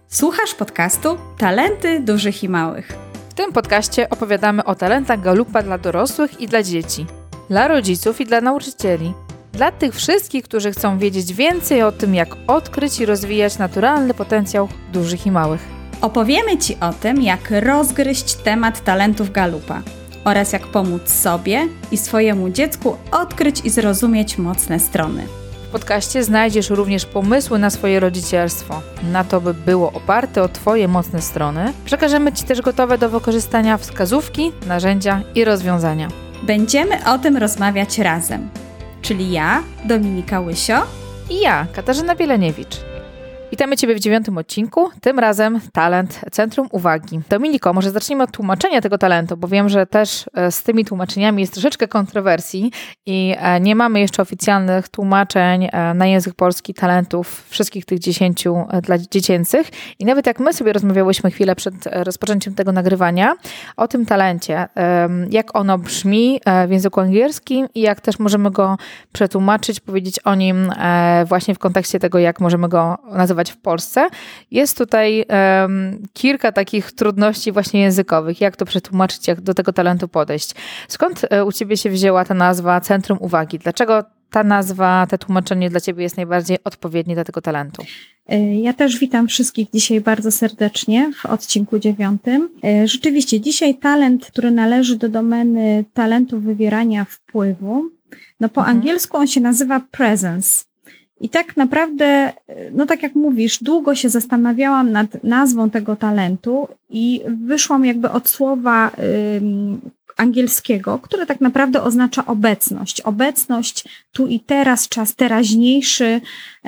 Słuchasz podcastu Talenty Dużych i Małych. W tym podcaście opowiadamy o talentach Galupa dla dorosłych i dla dzieci, dla rodziców i dla nauczycieli, dla tych wszystkich, którzy chcą wiedzieć więcej o tym, jak odkryć i rozwijać naturalny potencjał dużych i małych. Opowiemy Ci o tym, jak rozgryźć temat talentów Galupa oraz jak pomóc sobie i swojemu dziecku odkryć i zrozumieć mocne strony. W podcaście znajdziesz również pomysły na swoje rodzicielstwo, na to, by było oparte o Twoje mocne strony. Przekażemy Ci też gotowe do wykorzystania wskazówki, narzędzia i rozwiązania. Będziemy o tym rozmawiać razem, czyli ja, Dominika Łysio I ja, Katarzyna Bieleniewicz. Witamy Ciebie w 9. odcinku, tym razem talent Centrum Uwagi. Dominiko, może zacznijmy od tłumaczenia tego talentu, bo wiem, że też z tymi tłumaczeniami jest troszeczkę kontrowersji i nie mamy jeszcze oficjalnych tłumaczeń na język polski talentów, wszystkich tych 10 dla dziecięcych. I nawet jak my sobie rozmawiałyśmy chwilę przed rozpoczęciem tego nagrywania o tym talencie, jak ono brzmi w języku angielskim i jak też możemy go przetłumaczyć, powiedzieć o nim właśnie w kontekście tego, jak możemy go nazywać w Polsce. Jest tutaj kilka takich trudności właśnie językowych. Jak to przetłumaczyć, jak do tego talentu podejść. Skąd u Ciebie się wzięła ta nazwa Centrum Uwagi? Dlaczego ta nazwa, to tłumaczenie dla Ciebie jest najbardziej odpowiednie dla tego talentu? Ja też witam wszystkich dzisiaj bardzo serdecznie w odcinku 9. Rzeczywiście dzisiaj talent, który należy do domeny talentu wywierania wpływu, no po angielsku on się nazywa presence. I tak naprawdę, no tak jak mówisz, długo się zastanawiałam nad nazwą tego talentu i wyszłam jakby od słowa angielskiego, które tak naprawdę oznacza obecność. Obecność tu i teraz, czas teraźniejszy,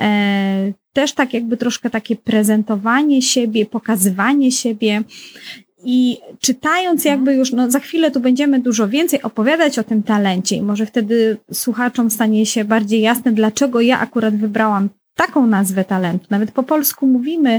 też tak jakby troszkę takie prezentowanie siebie, pokazywanie siebie. I czytając jakby już, no za chwilę tu będziemy dużo więcej opowiadać o tym talencie i może wtedy słuchaczom stanie się bardziej jasne, dlaczego ja akurat wybrałam taką nazwę talentu. Nawet po polsku mówimy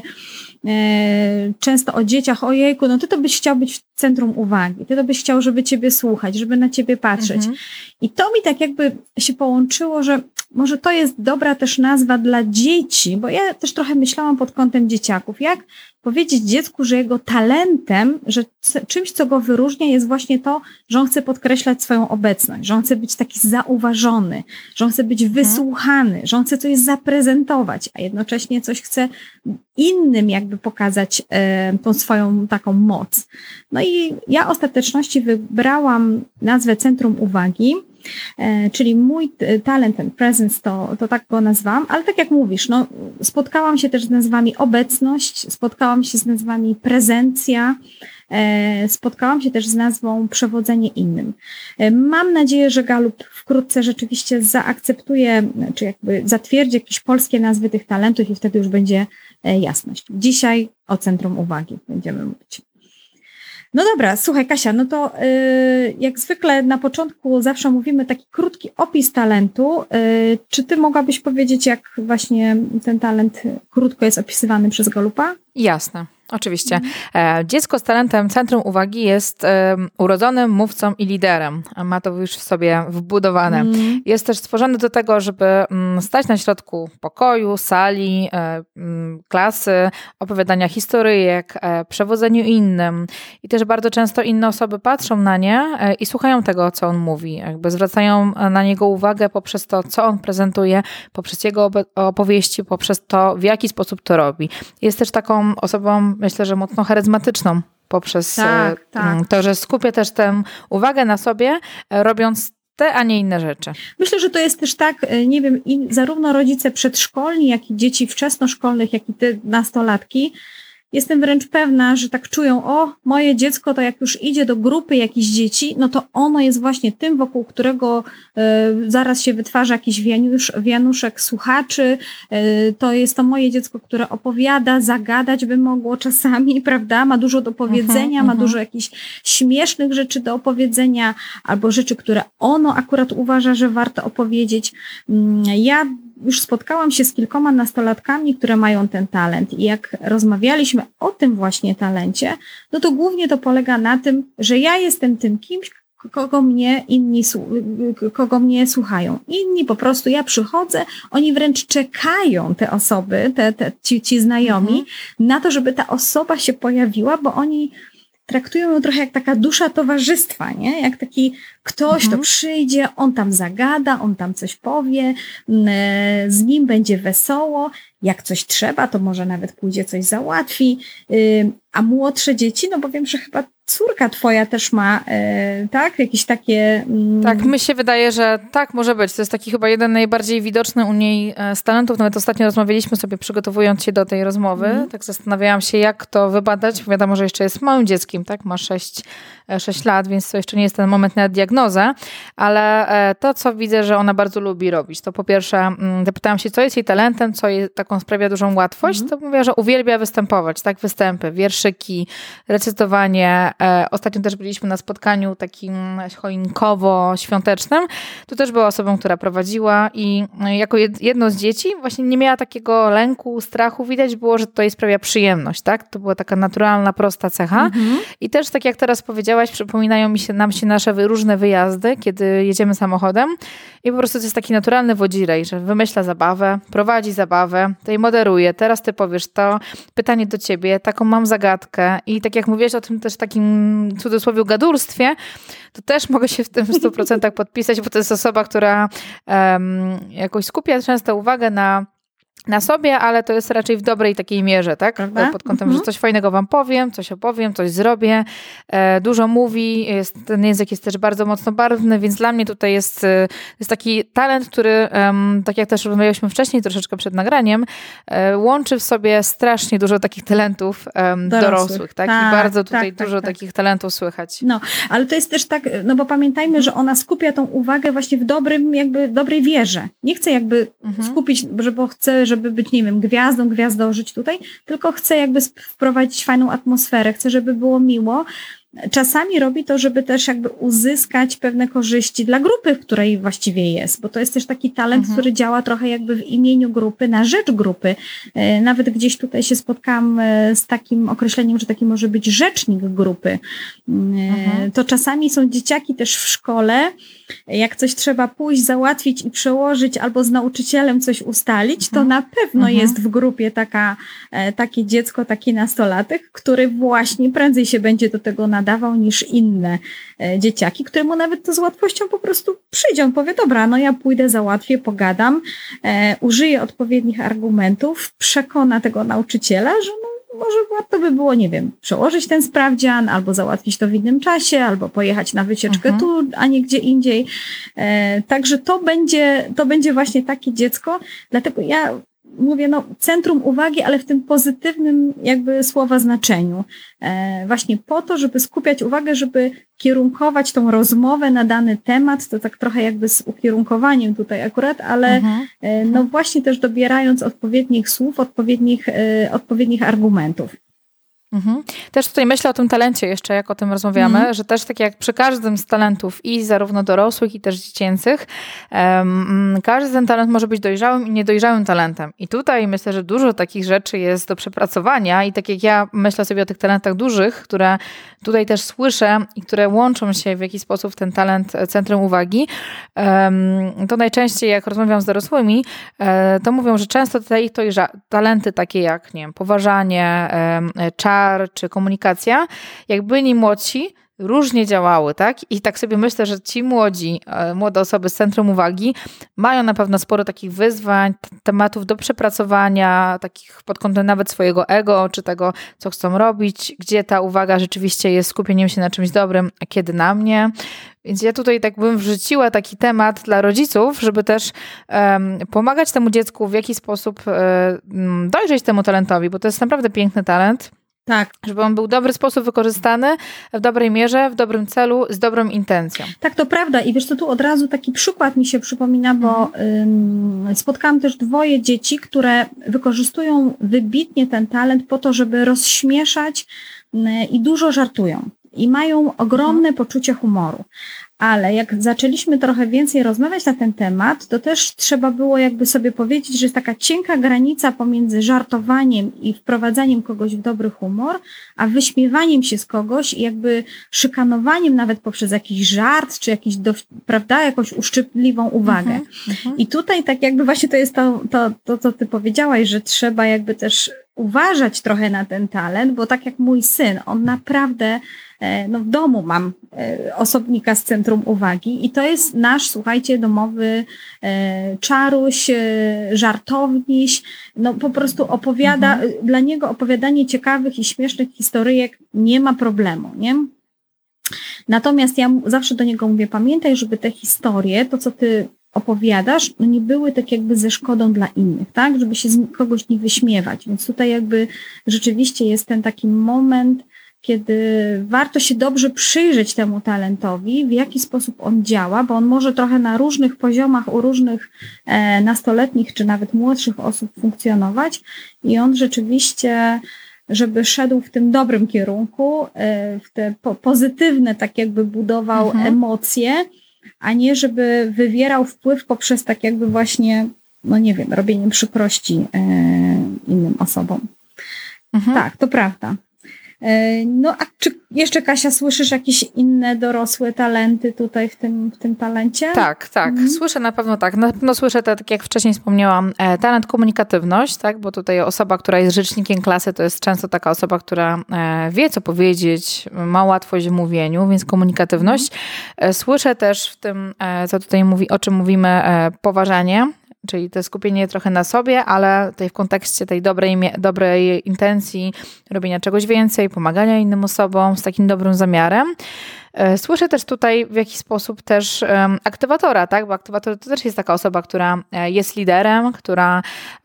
często o dzieciach, ojejku, no ty to byś chciał być w centrum uwagi, ty to byś chciał, żeby ciebie słuchać, żeby na ciebie patrzeć. I to mi tak jakby się połączyło, że może to jest dobra też nazwa dla dzieci, bo ja też trochę myślałam pod kątem dzieciaków, jak powiedzieć dziecku, że jego talentem, że czymś, co go wyróżnia, jest właśnie to, że on chce podkreślać swoją obecność, że on chce być taki zauważony, że on chce być wysłuchany, że on chce coś zaprezentować, a jednocześnie coś chce innym jakby pokazać tą swoją taką moc. No i ja w ostateczności wybrałam nazwę Centrum Uwagi, czyli mój talent and presence, to tak go nazwałam, ale tak jak mówisz, no, spotkałam się też z nazwami obecność, spotkałam się z nazwami prezencja, spotkałam się też z nazwą przewodzenie innym. Mam nadzieję, że Galup wkrótce rzeczywiście zaakceptuje, czy jakby zatwierdzi jakieś polskie nazwy tych talentów i wtedy już będzie jasność. Dzisiaj o Centrum Uwagi będziemy mówić. No dobra, słuchaj Kasia, no to jak zwykle na początku zawsze mówimy taki krótki opis talentu. Czy ty mogłabyś powiedzieć, jak właśnie ten talent krótko jest opisywany przez Galupa? Jasne. Oczywiście. Dziecko z talentem Centrum Uwagi jest urodzonym mówcą i liderem. Ma to już w sobie wbudowane. Jest też stworzony do tego, żeby stać na środku pokoju, sali, klasy, opowiadania historyjek, przewodzeniu innym. I też bardzo często inne osoby patrzą na nie i słuchają tego, co on mówi. Jakby zwracają na niego uwagę poprzez to, co on prezentuje, poprzez jego opowieści, poprzez to, w jaki sposób to robi. Jest też taką osobą, myślę, że mocno charyzmatyczną poprzez to, że skupia też tę uwagę na sobie, robiąc te, a nie inne rzeczy. Myślę, że to jest też tak, nie wiem, zarówno rodzice przedszkolni, jak i dzieci wczesnoszkolnych, jak i te nastolatki, jestem wręcz pewna, że tak czują, o, moje dziecko to jak już idzie do grupy jakichś dzieci, no to ono jest właśnie tym, wokół którego zaraz się wytwarza jakiś wianuszek słuchaczy. To jest to moje dziecko, które opowiada, zagadać by mogło czasami, prawda? Ma dużo do powiedzenia, ma dużo jakichś śmiesznych rzeczy do opowiedzenia, albo rzeczy, które ono akurat uważa, że warto opowiedzieć. Ja już spotkałam się z kilkoma nastolatkami, które mają ten talent i jak rozmawialiśmy o tym właśnie talencie, no to głównie to polega na tym, że ja jestem tym kimś, kogo mnie słuchają. Inni po prostu, ja przychodzę, oni wręcz czekają, te osoby, ci znajomi, na to, żeby ta osoba się pojawiła, bo oni traktują ją trochę jak taka dusza towarzystwa, nie? Jak taki ktoś, to przyjdzie, on tam zagada, on tam coś powie, z nim będzie wesoło, jak coś trzeba, to może nawet pójdzie coś załatwi, a młodsze dzieci, no bo wiem, że chyba córka twoja też ma, tak? Jakieś takie... Tak, mi się wydaje, że tak może być. To jest taki chyba jeden najbardziej widoczny u niej z talentów. Nawet ostatnio rozmawialiśmy sobie, przygotowując się do tej rozmowy. Tak zastanawiałam się, jak to wybadać. Bo wiadomo, że jeszcze jest małym dzieckiem, tak? Ma 6 lat, więc to jeszcze nie jest ten moment na diagnozę. Ale to, co widzę, że ona bardzo lubi robić, to po pierwsze zapytałam się, co jest jej talentem, co jej taką sprawia dużą łatwość. To mówiła, że uwielbia występować, tak? Występy, wierszyki, recytowanie. Ostatnio też byliśmy na spotkaniu takim choinkowo-świątecznym. Tu też była osobą, która prowadziła i jako jedno z dzieci właśnie nie miała takiego lęku, strachu. Widać było, że to jej sprawia przyjemność, tak? To była taka naturalna, prosta cecha. I też, tak jak teraz powiedziałaś, przypominają nam się nasze różne wyjazdy, kiedy jedziemy samochodem i po prostu to jest taki naturalny wodzirej, że wymyśla zabawę, prowadzi zabawę, to jej moderuje. Teraz ty powiesz to, pytanie do ciebie, taką mam zagadkę i tak jak mówiłeś o tym też takim w cudzysłowie gadulstwie, to też mogę się w tym 100% podpisać, bo to jest osoba, która jakoś skupia często uwagę na sobie, ale to jest raczej w dobrej takiej mierze, tak? Prawda? Pod kątem, że coś fajnego wam powiem, coś opowiem, coś zrobię. Dużo mówi, ten język jest też bardzo mocno barwny, więc dla mnie tutaj jest taki talent, który, tak jak też rozmawialiśmy wcześniej, troszeczkę przed nagraniem, łączy w sobie strasznie dużo takich talentów dorosłych, tak? I bardzo tutaj dużo takich talentów słychać. No, ale to jest też tak, no bo pamiętajmy, że ona skupia tą uwagę właśnie w dobrej wierze. Nie chce jakby skupić, bo chce, żeby być, nie wiem, gwiazdą żyć tutaj, tylko chce jakby wprowadzić fajną atmosferę, chce, żeby było miło. Czasami robi to, żeby też jakby uzyskać pewne korzyści dla grupy, w której właściwie jest, bo to jest też taki talent, który działa trochę jakby w imieniu grupy, na rzecz grupy. Nawet gdzieś tutaj się spotkałam z takim określeniem, że taki może być rzecznik grupy. To czasami są dzieciaki też w szkole, jak coś trzeba pójść, załatwić i przełożyć albo z nauczycielem coś ustalić, to na pewno jest w grupie takie dziecko, taki nastolatek, który właśnie prędzej się będzie do tego nadawał niż inne dzieciaki, któremu nawet to z łatwością po prostu przyjdzie. On powie, dobra, no ja pójdę, załatwię, pogadam, użyję odpowiednich argumentów, przekona tego nauczyciela, że może warto by było, nie wiem, przełożyć ten sprawdzian, albo załatwić to w innym czasie, albo pojechać na wycieczkę tu, a nie gdzie indziej. Także to będzie właśnie takie dziecko, dlatego ja mówię, centrum uwagi, ale w tym pozytywnym jakby słowa znaczeniu. Właśnie po to, żeby skupiać uwagę, żeby kierunkować tą rozmowę na dany temat, to tak trochę jakby z ukierunkowaniem tutaj akurat, ale no właśnie też dobierając odpowiednich słów, odpowiednich argumentów. Też tutaj myślę o tym talencie jeszcze, jak o tym rozmawiamy, że też tak jak przy każdym z talentów i zarówno dorosłych i też dziecięcych, każdy ten talent może być dojrzałym i niedojrzałym talentem. I tutaj myślę, że dużo takich rzeczy jest do przepracowania i tak jak ja myślę sobie o tych talentach dużych, które tutaj też słyszę i które łączą się w jakiś sposób w ten talent centrum uwagi, to najczęściej jak rozmawiam z dorosłymi, to mówią, że często te ich talenty takie jak, nie wiem, poważanie, czar czy komunikacja, jak byli młodsi, różnie działały, tak? I tak sobie myślę, że ci młode osoby z centrum uwagi mają na pewno sporo takich wyzwań, tematów do przepracowania, takich pod kątem nawet swojego ego, czy tego, co chcą robić, gdzie ta uwaga rzeczywiście jest skupieniem się na czymś dobrym, a kiedy na mnie. Więc ja tutaj tak bym wrzuciła taki temat dla rodziców, żeby też pomagać temu dziecku w jakiś sposób dojrzeć temu talentowi, bo to jest naprawdę piękny talent. Tak. Żeby on był w dobry sposób wykorzystany, w dobrej mierze, w dobrym celu, z dobrą intencją. Tak, to prawda. I wiesz co, tu od razu taki przykład mi się przypomina, bo spotkałam też 2 dzieci, które wykorzystują wybitnie ten talent po to, żeby rozśmieszać i dużo żartują. I mają ogromne poczucie humoru. Ale jak zaczęliśmy trochę więcej rozmawiać na ten temat, to też trzeba było jakby sobie powiedzieć, że jest taka cienka granica pomiędzy żartowaniem i wprowadzaniem kogoś w dobry humor, a wyśmiewaniem się z kogoś i jakby szykanowaniem nawet poprzez jakiś żart, czy jakiś, prawda, jakąś uszczypliwą uwagę. I tutaj tak jakby właśnie to jest to, co ty powiedziałaś, że trzeba jakby też uważać trochę na ten talent, bo tak jak mój syn, on naprawdę, no w domu mam osobnika z centrum uwagi i to jest nasz, słuchajcie, domowy czaruś, żartowniś, no po prostu opowiada, dla niego opowiadanie ciekawych i śmiesznych historyjek nie ma problemu, nie? Natomiast ja zawsze do niego mówię, pamiętaj, żeby te historie, to co ty opowiadasz, no nie były tak jakby ze szkodą dla innych, tak? Żeby się z kogoś nie wyśmiewać. Więc tutaj jakby rzeczywiście jest ten taki moment, kiedy warto się dobrze przyjrzeć temu talentowi, w jaki sposób on działa, bo on może trochę na różnych poziomach, u różnych nastoletnich czy nawet młodszych osób funkcjonować i on rzeczywiście, żeby szedł w tym dobrym kierunku, w te pozytywne tak jakby budował emocje, a nie żeby wywierał wpływ poprzez tak jakby właśnie, no nie wiem, robienie przykrości innym osobom. Tak, to prawda. No a czy jeszcze, Kasia, słyszysz jakieś inne dorosłe talenty tutaj w tym talencie? Tak. Słyszę na pewno tak. Na pewno słyszę, tak jak wcześniej wspomniałam, talent komunikatywność, tak? Bo tutaj osoba, która jest rzecznikiem klasy, to jest często taka osoba, która wie, co powiedzieć, ma łatwość w mówieniu, więc komunikatywność. Słyszę też w tym, co tutaj o czym mówimy, poważanie, czyli to skupienie trochę na sobie, ale tutaj w kontekście tej dobrej intencji, robienia czegoś więcej, pomagania innym osobom z takim dobrym zamiarem. Słyszę też tutaj w jakiś sposób też aktywatora, tak? Bo aktywator to też jest taka osoba, która jest liderem, która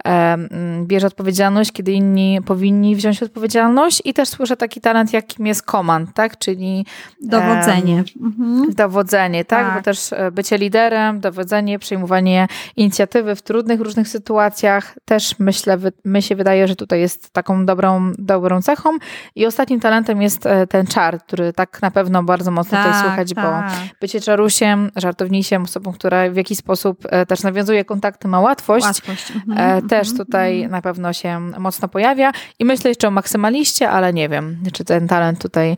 bierze odpowiedzialność, kiedy inni powinni wziąć odpowiedzialność i też słyszę taki talent, jakim jest command, tak? Czyli dowodzenie. Dowodzenie, tak? Bo też bycie liderem, dowodzenie, przejmowanie inicjatywy w trudnych, różnych sytuacjach też mi się wydaje, że tutaj jest taką dobrą cechą. I ostatnim talentem jest ten czar, który tak na pewno bardzo mocno tutaj słychać, bo bycie czarusiem, żartownisiem, osobą, która w jakiś sposób też nawiązuje kontakty, ma łatwość. Też tutaj na pewno się mocno pojawia. I myślę jeszcze o maksymaliście, ale nie wiem, czy ten talent tutaj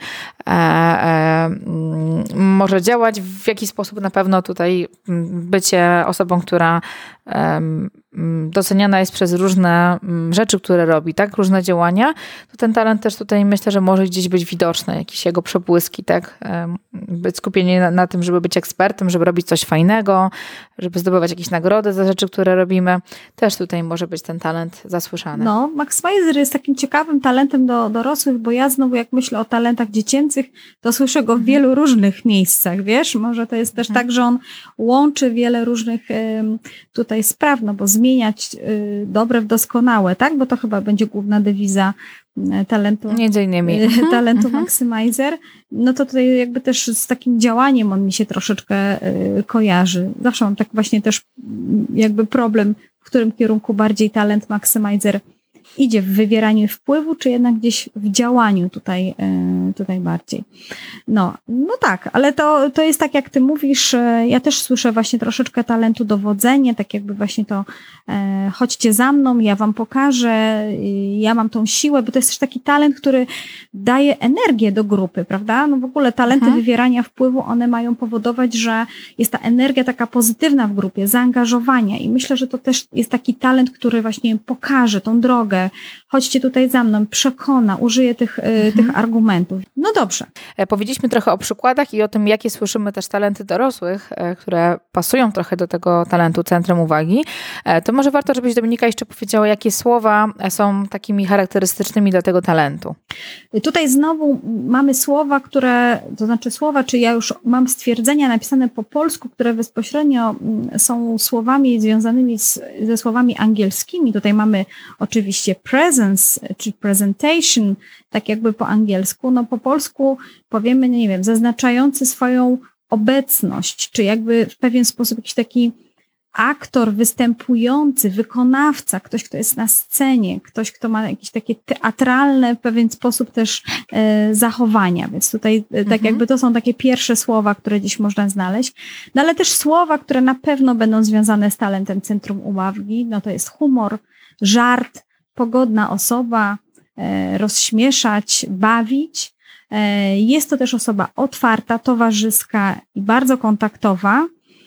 może działać. W jaki sposób na pewno tutaj bycie osobą, która doceniana jest przez różne rzeczy, które robi, tak? Różne działania, to ten talent też tutaj myślę, że może gdzieś być widoczny, jakieś jego przebłyski, tak? Być skupienie na tym, żeby być ekspertem, żeby robić coś fajnego, żeby zdobywać jakieś nagrody za rzeczy, które robimy. Też tutaj może być ten talent zasłyszany. No, Maximizer jest takim ciekawym talentem do dorosłych, bo ja znowu jak myślę o talentach dziecięcych, to słyszę go w wielu różnych miejscach, wiesz? Może to jest też tak, że on łączy wiele różnych tutaj spraw, no bo zmieniać dobre w doskonałe, tak? Bo to chyba będzie główna dewiza talentu. Między innymi. Talentu Maximizer. No to tutaj jakby też z takim działaniem on mi się troszeczkę kojarzy. Zawsze mam tak właśnie też jakby problem, w którym kierunku bardziej talent Maximizer idzie, w wywieraniu wpływu, czy jednak gdzieś w działaniu tutaj bardziej. No tak, ale to jest tak, jak ty mówisz, ja też słyszę właśnie troszeczkę talentu dowodzenie, tak jakby właśnie to chodźcie za mną, ja wam pokażę, ja mam tą siłę, bo to jest też taki talent, który daje energię do grupy, prawda? No w ogóle talenty wywierania wpływu, one mają powodować, że jest ta energia taka pozytywna w grupie, zaangażowania i myślę, że to też jest taki talent, który właśnie pokaże tą drogę, chodźcie tutaj za mną, przekona, użyje tych argumentów. No dobrze. Powiedzieliśmy trochę o przykładach i o tym, jakie słyszymy też talenty dorosłych, które pasują trochę do tego talentu centrum uwagi. To może warto, żebyś, Dominika, jeszcze powiedziała, jakie słowa są takimi charakterystycznymi dla tego talentu. Tutaj znowu mamy słowa, czy ja już mam stwierdzenia napisane po polsku, które bezpośrednio są słowami związanymi ze słowami angielskimi. Tutaj mamy oczywiście presence, czy presentation, tak jakby po angielsku. No po polsku powiemy, nie wiem, zaznaczający swoją obecność, czy jakby w pewien sposób jakiś taki aktor występujący, wykonawca, ktoś, kto jest na scenie, ktoś, kto ma jakieś takie teatralne w pewien sposób też zachowania. Więc tutaj tak jakby to są takie pierwsze słowa, które gdzieś można znaleźć. No ale też słowa, które na pewno będą związane z talentem centrum uwagi. No to jest humor, żart, pogodna osoba, rozśmieszać, bawić. Jest to też osoba otwarta, towarzyska i bardzo kontaktowa.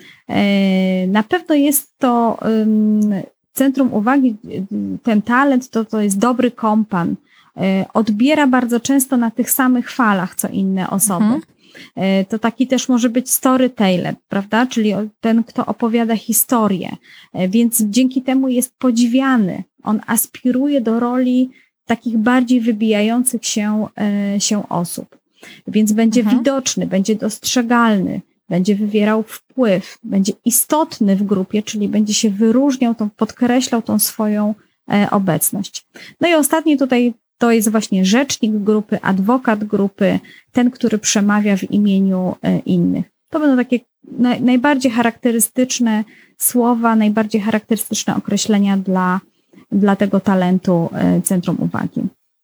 Na pewno jest to centrum uwagi, ten talent to jest dobry kompan. Odbiera bardzo często na tych samych falach, co inne osoby. To taki też może być storyteller, prawda? Czyli ten, kto opowiada historię. Więc dzięki temu jest podziwiany. On aspiruje do roli takich bardziej wybijających się osób. Więc będzie widoczny, będzie dostrzegalny, będzie wywierał wpływ, będzie istotny w grupie, czyli będzie się wyróżniał, podkreślał tą swoją obecność. No i ostatni tutaj to jest właśnie rzecznik grupy, adwokat grupy, ten, który przemawia w imieniu innych. To będą takie najbardziej charakterystyczne słowa, najbardziej charakterystyczne określenia dla tego talentu centrum uwagi.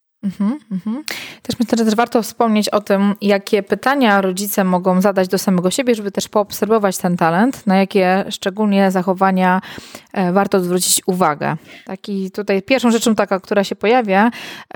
Też myślę, że też warto wspomnieć o tym, jakie pytania rodzice mogą zadać do samego siebie, żeby też poobserwować ten talent, na jakie szczególnie zachowania warto zwrócić uwagę. Taki tutaj pierwszą rzeczą taka, która się pojawia,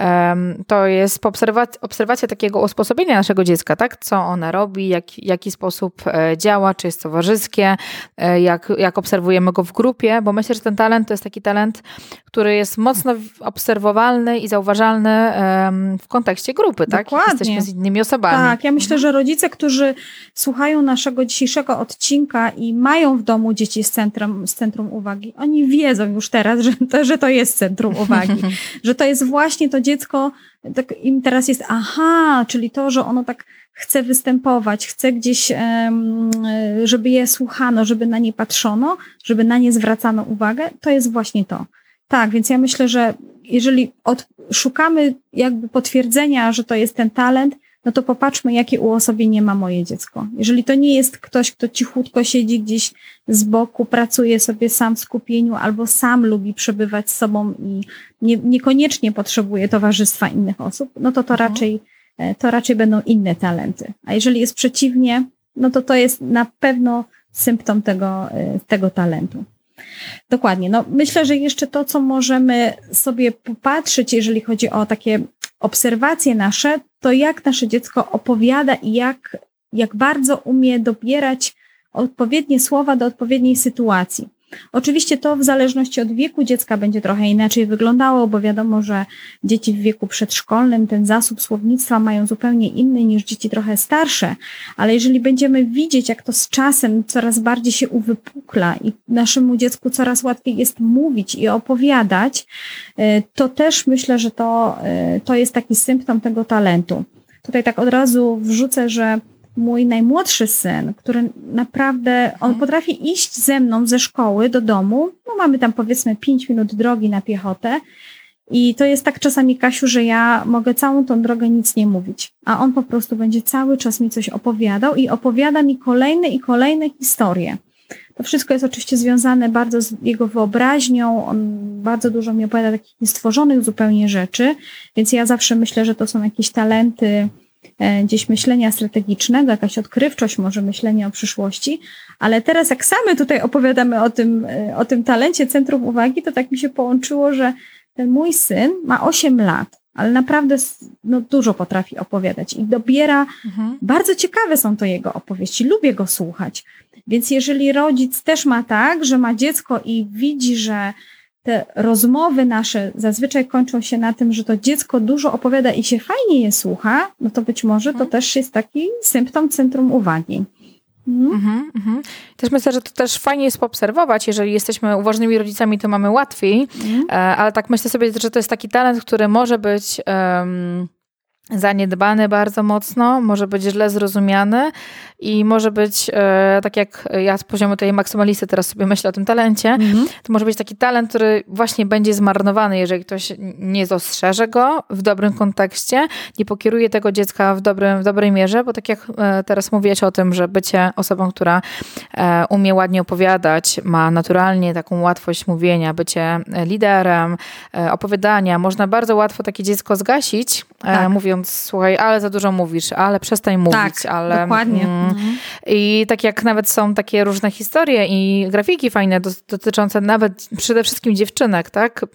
to jest obserwacja takiego usposobienia naszego dziecka, tak? Co ona robi, jaki sposób działa, czy jest towarzyskie, jak obserwujemy go w grupie, bo myślę, że ten talent to jest taki talent, który jest mocno obserwowalny i zauważalny w kontekście grupy, tak? Dokładnie. Jesteśmy z innymi osobami. Tak, ja myślę, że rodzice, którzy słuchają naszego dzisiejszego odcinka i mają w domu dzieci z centrum uwagi, oni wiedzą już teraz, że to jest centrum uwagi, że to jest właśnie to dziecko, tak im teraz jest czyli to, że ono tak chce występować, chce gdzieś, żeby je słuchano, żeby na nie patrzono, żeby na nie zwracano uwagę, to jest właśnie to. Tak, więc ja myślę, że jeżeli szukamy jakby potwierdzenia, że to jest ten talent, no to popatrzmy, jakie uosobienie ma moje dziecko. Jeżeli to nie jest ktoś, kto cichutko siedzi gdzieś z boku, pracuje sobie sam w skupieniu albo sam lubi przebywać z sobą i niekoniecznie potrzebuje towarzystwa innych osób, no to raczej będą inne talenty. A jeżeli jest przeciwnie, no to jest na pewno symptom tego talentu. Dokładnie. No, myślę, że jeszcze to, co możemy sobie popatrzeć, jeżeli chodzi o takie obserwacje nasze, to jak nasze dziecko opowiada i jak bardzo umie dobierać odpowiednie słowa do odpowiedniej sytuacji. Oczywiście to w zależności od wieku dziecka będzie trochę inaczej wyglądało, bo wiadomo, że dzieci w wieku przedszkolnym ten zasób słownictwa mają zupełnie inny niż dzieci trochę starsze, ale jeżeli będziemy widzieć, jak to z czasem coraz bardziej się uwypukla i naszemu dziecku coraz łatwiej jest mówić i opowiadać, to też myślę, że to jest taki symptom tego talentu. Tutaj tak od razu wrzucę, że mój najmłodszy syn, który naprawdę, on potrafi iść ze mną ze szkoły do domu, no mamy tam powiedzmy 5 minut drogi na piechotę i to jest tak czasami, Kasiu, że ja mogę całą tą drogę nic nie mówić, a on po prostu będzie cały czas mi coś opowiadał i opowiada mi kolejne i kolejne historie. To wszystko jest oczywiście związane bardzo z jego wyobraźnią, on bardzo dużo mi opowiada takich niestworzonych zupełnie rzeczy, więc ja zawsze myślę, że to są jakieś talenty gdzieś myślenia strategicznego, jakaś odkrywczość, może myślenie o przyszłości, ale teraz jak same tutaj opowiadamy o tym talencie centrum uwagi, to tak mi się połączyło, że ten mój syn ma 8 lat, ale naprawdę dużo potrafi opowiadać i dobiera, bardzo ciekawe są to jego opowieści, lubię go słuchać, więc jeżeli rodzic też ma tak, że ma dziecko i widzi, że te rozmowy nasze zazwyczaj kończą się na tym, że to dziecko dużo opowiada i się fajnie je słucha, no to być może to też jest taki symptom centrum uwagi. Też myślę, że to też fajnie jest poobserwować, jeżeli jesteśmy uważnymi rodzicami, to mamy łatwiej, ale tak myślę sobie, że to jest taki talent, który może być zaniedbany bardzo mocno, może być źle zrozumiany i może być, tak jak ja z poziomu tej maksymalisty teraz sobie myślę o tym talencie, to może być taki talent, który właśnie będzie zmarnowany, jeżeli ktoś nie dostrzeże go w dobrym kontekście, nie pokieruje tego dziecka w dobrej mierze, bo tak jak teraz mówiłaś o tym, że bycie osobą, która umie ładnie opowiadać, ma naturalnie taką łatwość mówienia, bycie liderem, opowiadania, można bardzo łatwo takie dziecko zgasić, mówiąc, słuchaj, ale za dużo mówisz, ale przestań mówić, ale... Dokładnie. I tak jak nawet są takie różne historie i grafiki fajne dotyczące nawet przede wszystkim dziewczynek, tak?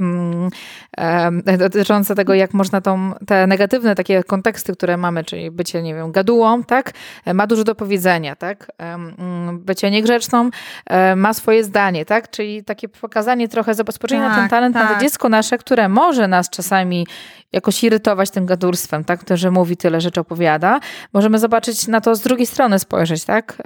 Dotyczące tego, jak można te negatywne takie konteksty, które mamy, czyli bycie, nie wiem, gadułą, tak? Ma dużo do powiedzenia, tak? Bycie niegrzeczną ma swoje zdanie, tak? Czyli takie pokazanie trochę, spojrzenie na ten talent, na to dziecko nasze, które może nas czasami jakoś irytować tym gadurstwem, tak? To, że mówi tyle rzeczy, opowiada. Możemy zobaczyć na to z drugiej strony spojrzeć, tak?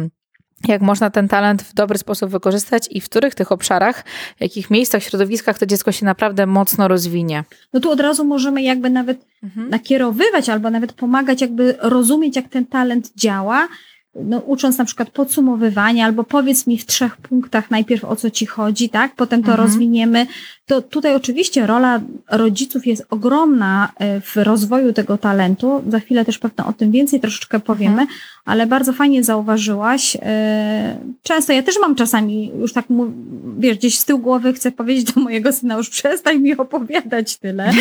Jak można ten talent w dobry sposób wykorzystać i w których tych obszarach, w jakich miejscach, środowiskach to dziecko się naprawdę mocno rozwinie. No tu od razu możemy jakby nawet nakierowywać albo nawet pomagać jakby rozumieć, jak ten talent działa, no, ucząc na przykład podsumowywania, albo powiedz mi w 3 punktach najpierw, o co ci chodzi, tak? Potem to rozwiniemy. To tutaj oczywiście rola rodziców jest ogromna w rozwoju tego talentu. Za chwilę też pewno o tym więcej troszeczkę powiemy, ale bardzo fajnie zauważyłaś. Często, ja też mam czasami już tak, wiesz, gdzieś z tyłu głowy chcę powiedzieć do mojego syna, już przestań mi opowiadać tyle.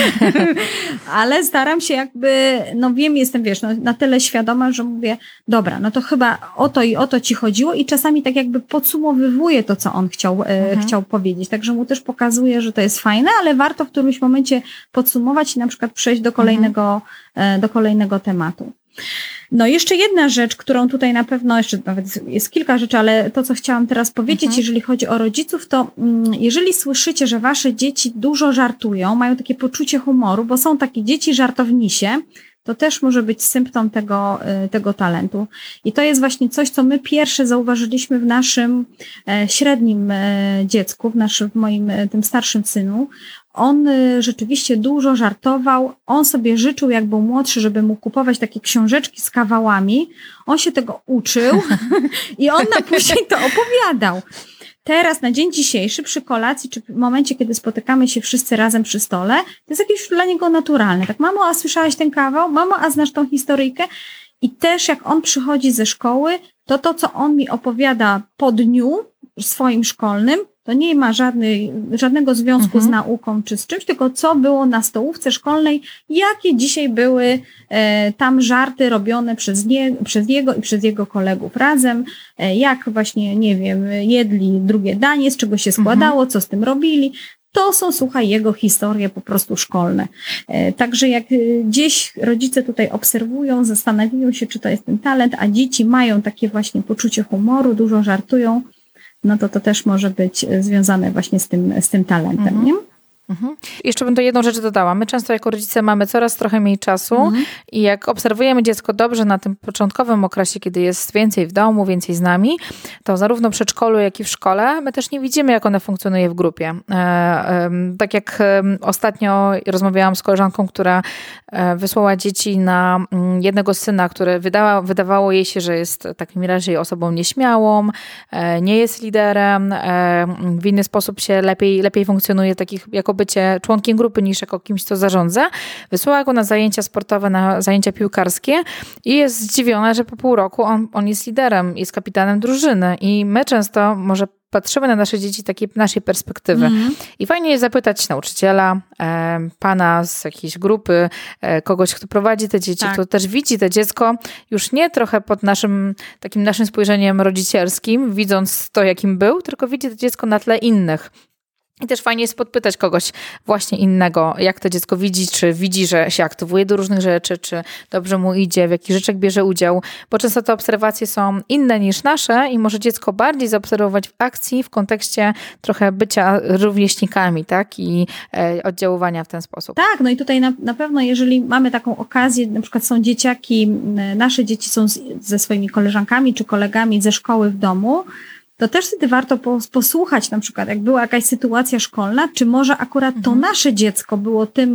Ale staram się jakby, no wiem, jestem, wiesz, no, na tyle świadoma, że mówię, dobra, no to chyba o to ci chodziło i czasami tak jakby podsumowywuję to, co on chciał powiedzieć. Także mu też pokazuję, że to jest fajne, ale warto w którymś momencie podsumować i na przykład przejść do kolejnego tematu. No jeszcze jedna rzecz, którą tutaj na pewno, jeszcze nawet jest kilka rzeczy, ale to, co chciałam teraz powiedzieć, jeżeli chodzi o rodziców, to jeżeli słyszycie, że wasze dzieci dużo żartują, mają takie poczucie humoru, bo są takie dzieci żartownisie, to też może być symptom tego talentu. I to jest właśnie coś, co my pierwsze zauważyliśmy w naszym średnim dziecku, w moim tym starszym synu. On rzeczywiście dużo żartował. On sobie życzył, jak był młodszy, żeby mu kupować takie książeczki z kawałami. On się tego uczył i on nam później to opowiadał. Teraz, na dzień dzisiejszy, przy kolacji, czy w momencie, kiedy spotykamy się wszyscy razem przy stole, to jest jakieś dla niego naturalne. Tak, mamo, a słyszałaś ten kawał? Mamo, a znasz tą historyjkę? I też jak on przychodzi ze szkoły, to co on mi opowiada po dniu swoim szkolnym, to nie ma żadnego związku z nauką czy z czymś, tylko co było na stołówce szkolnej, jakie dzisiaj były tam żarty robione przez jego i przez jego kolegów razem, jak właśnie, nie wiem, jedli drugie danie, z czego się składało, co z tym robili. To są, słuchaj, jego historie po prostu szkolne. Także jak gdzieś rodzice tutaj obserwują, zastanawiają się, czy to jest ten talent, a dzieci mają takie właśnie poczucie humoru, dużo żartują, no to też może być związane właśnie z tym talentem, nie? Jeszcze bym to jedną rzecz dodała. My często jako rodzice mamy coraz trochę mniej czasu i jak obserwujemy dziecko dobrze na tym początkowym okresie, kiedy jest więcej w domu, więcej z nami, to zarówno w przedszkolu, jak i w szkole my też nie widzimy, jak ona funkcjonuje w grupie. Tak jak ostatnio rozmawiałam z koleżanką, która wysłała dzieci na jednego syna, który wydawało jej się, że jest w takim razie osobą nieśmiałą, nie jest liderem, w inny sposób się lepiej funkcjonuje jako bycie członkiem grupy niż jako kimś, co zarządza. Wysłała go na zajęcia sportowe, na zajęcia piłkarskie i jest zdziwiona, że po pół roku on jest liderem, jest kapitanem drużyny i my często może patrzymy na nasze dzieci takiej naszej perspektywy. I fajnie jest zapytać nauczyciela, pana z jakiejś grupy, kogoś, kto prowadzi te dzieci, kto też widzi to dziecko już nie trochę pod naszym spojrzeniem rodzicielskim, widząc to, jakim był, tylko widzi to dziecko na tle innych. I też fajnie jest podpytać kogoś właśnie innego, jak to dziecko widzi, czy widzi, że się aktywuje do różnych rzeczy, czy dobrze mu idzie, w jakich rzeczach bierze udział, bo często te obserwacje są inne niż nasze i może dziecko bardziej zaobserwować w akcji w kontekście trochę bycia rówieśnikami, tak? I oddziaływania w ten sposób. Tak, no i tutaj na pewno, jeżeli mamy taką okazję, na przykład są dzieciaki, nasze dzieci są ze swoimi koleżankami czy kolegami ze szkoły w domu, to też wtedy warto posłuchać na przykład, jak była jakaś sytuacja szkolna, czy może akurat to nasze dziecko było tym,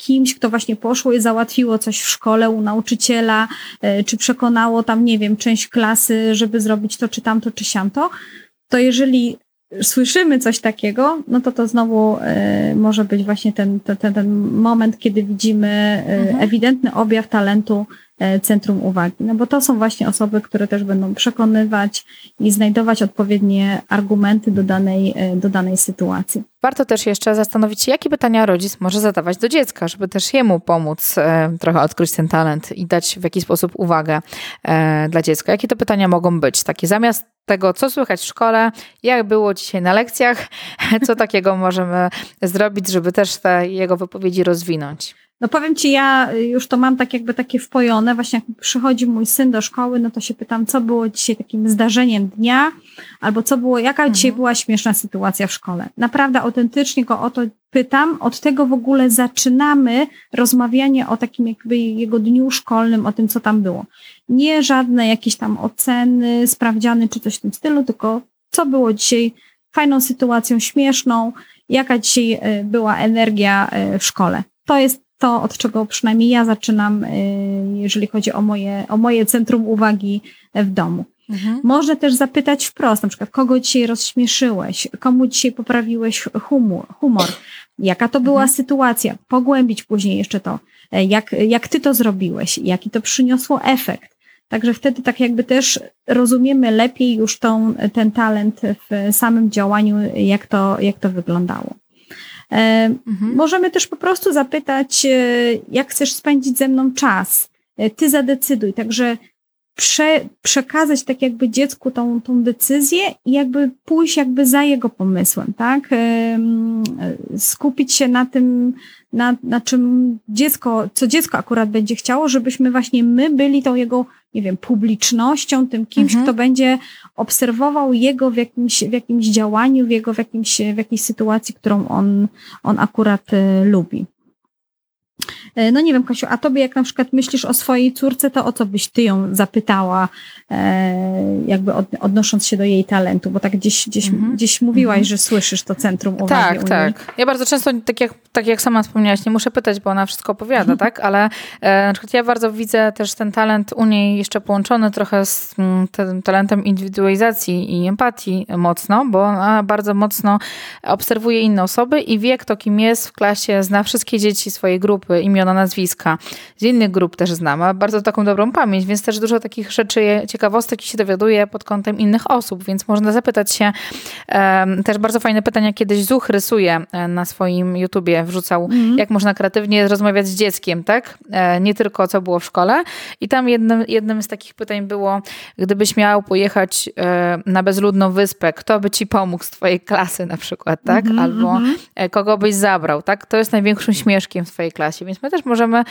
kimś, kto właśnie poszło i załatwiło coś w szkole u nauczyciela, czy przekonało tam, nie wiem, część klasy, żeby zrobić to, czy tamto, czy siamto, to jeżeli słyszymy coś takiego, no to znowu może być właśnie ten moment, kiedy widzimy ewidentny objaw talentu centrum uwagi. No bo to są właśnie osoby, które też będą przekonywać i znajdować odpowiednie argumenty do danej sytuacji. Warto też jeszcze zastanowić się, jakie pytania rodzic może zadawać do dziecka, żeby też jemu pomóc trochę odkryć ten talent i dać w jakiś sposób uwagę dla dziecka. Jakie to pytania mogą być? Takie zamiast tego, co słychać w szkole, jak było dzisiaj na lekcjach, co takiego możemy zrobić, żeby też te jego wypowiedzi rozwinąć. No powiem Ci, ja już to mam tak jakby takie wpojone, właśnie jak przychodzi mój syn do szkoły, no to się pytam, co było dzisiaj takim zdarzeniem dnia, albo jaka dzisiaj była śmieszna sytuacja w szkole. Naprawdę autentycznie go o to pytam, od tego w ogóle zaczynamy rozmawianie o takim jakby jego dniu szkolnym, o tym, co tam było. Nie żadne jakieś tam oceny, sprawdziany czy coś w tym stylu, tylko co było dzisiaj fajną sytuacją, śmieszną, jaka dzisiaj była energia w szkole. To jest to, od czego przynajmniej ja zaczynam, jeżeli chodzi o moje centrum uwagi w domu. Można też zapytać wprost, na przykład, kogo dzisiaj rozśmieszyłeś, komu dzisiaj poprawiłeś humor, jaka to była sytuacja, pogłębić później jeszcze to, jak ty to zrobiłeś, jaki to przyniosło efekt. Także wtedy tak jakby też rozumiemy lepiej już ten talent w samym działaniu, jak to wyglądało. Możemy też po prostu zapytać, jak chcesz spędzić ze mną czas. Ty zadecyduj. Także przekazać tak jakby dziecku tą decyzję i jakby pójść jakby za jego pomysłem, tak? Skupić się na tym, na czym co dziecko akurat będzie chciało, żebyśmy właśnie my byli tą jego, nie wiem, publicznością, tym kimś, kto będzie obserwował jego w jakimś działaniu, w jakiejś sytuacji, którą on akurat lubi. No nie wiem, Kasiu, a tobie jak na przykład myślisz o swojej córce, to o co byś ty ją zapytała, jakby odnosząc się do jej talentu, bo tak gdzieś mówiłaś, że słyszysz to centrum uwagi u niej. Tak. Ja bardzo często, tak jak sama wspomniałaś, nie muszę pytać, bo ona wszystko opowiada, tak? Ale na przykład ja bardzo widzę też ten talent u niej jeszcze połączony trochę z tym talentem indywidualizacji i empatii mocno, bo ona bardzo mocno obserwuje inne osoby i wie, kto kim jest w klasie, zna wszystkie dzieci swojej grupy, imiona, nazwiska. Z innych grup też zna, ma bardzo taką dobrą pamięć, więc też dużo takich rzeczy, ciekawostek się dowiaduje pod kątem innych osób, więc można zapytać się, też bardzo fajne pytania kiedyś Zuch rysuje na swoim YouTubie, wrzucał, jak można kreatywnie rozmawiać z dzieckiem, tak? Nie tylko co było w szkole. I tam jednym z takich pytań było, gdybyś miał pojechać na bezludną wyspę, kto by ci pomógł z twojej klasy na przykład, tak? Albo kogo byś zabrał, tak? To jest największym śmieszkiem w twojej klasie. Więc my też możemy,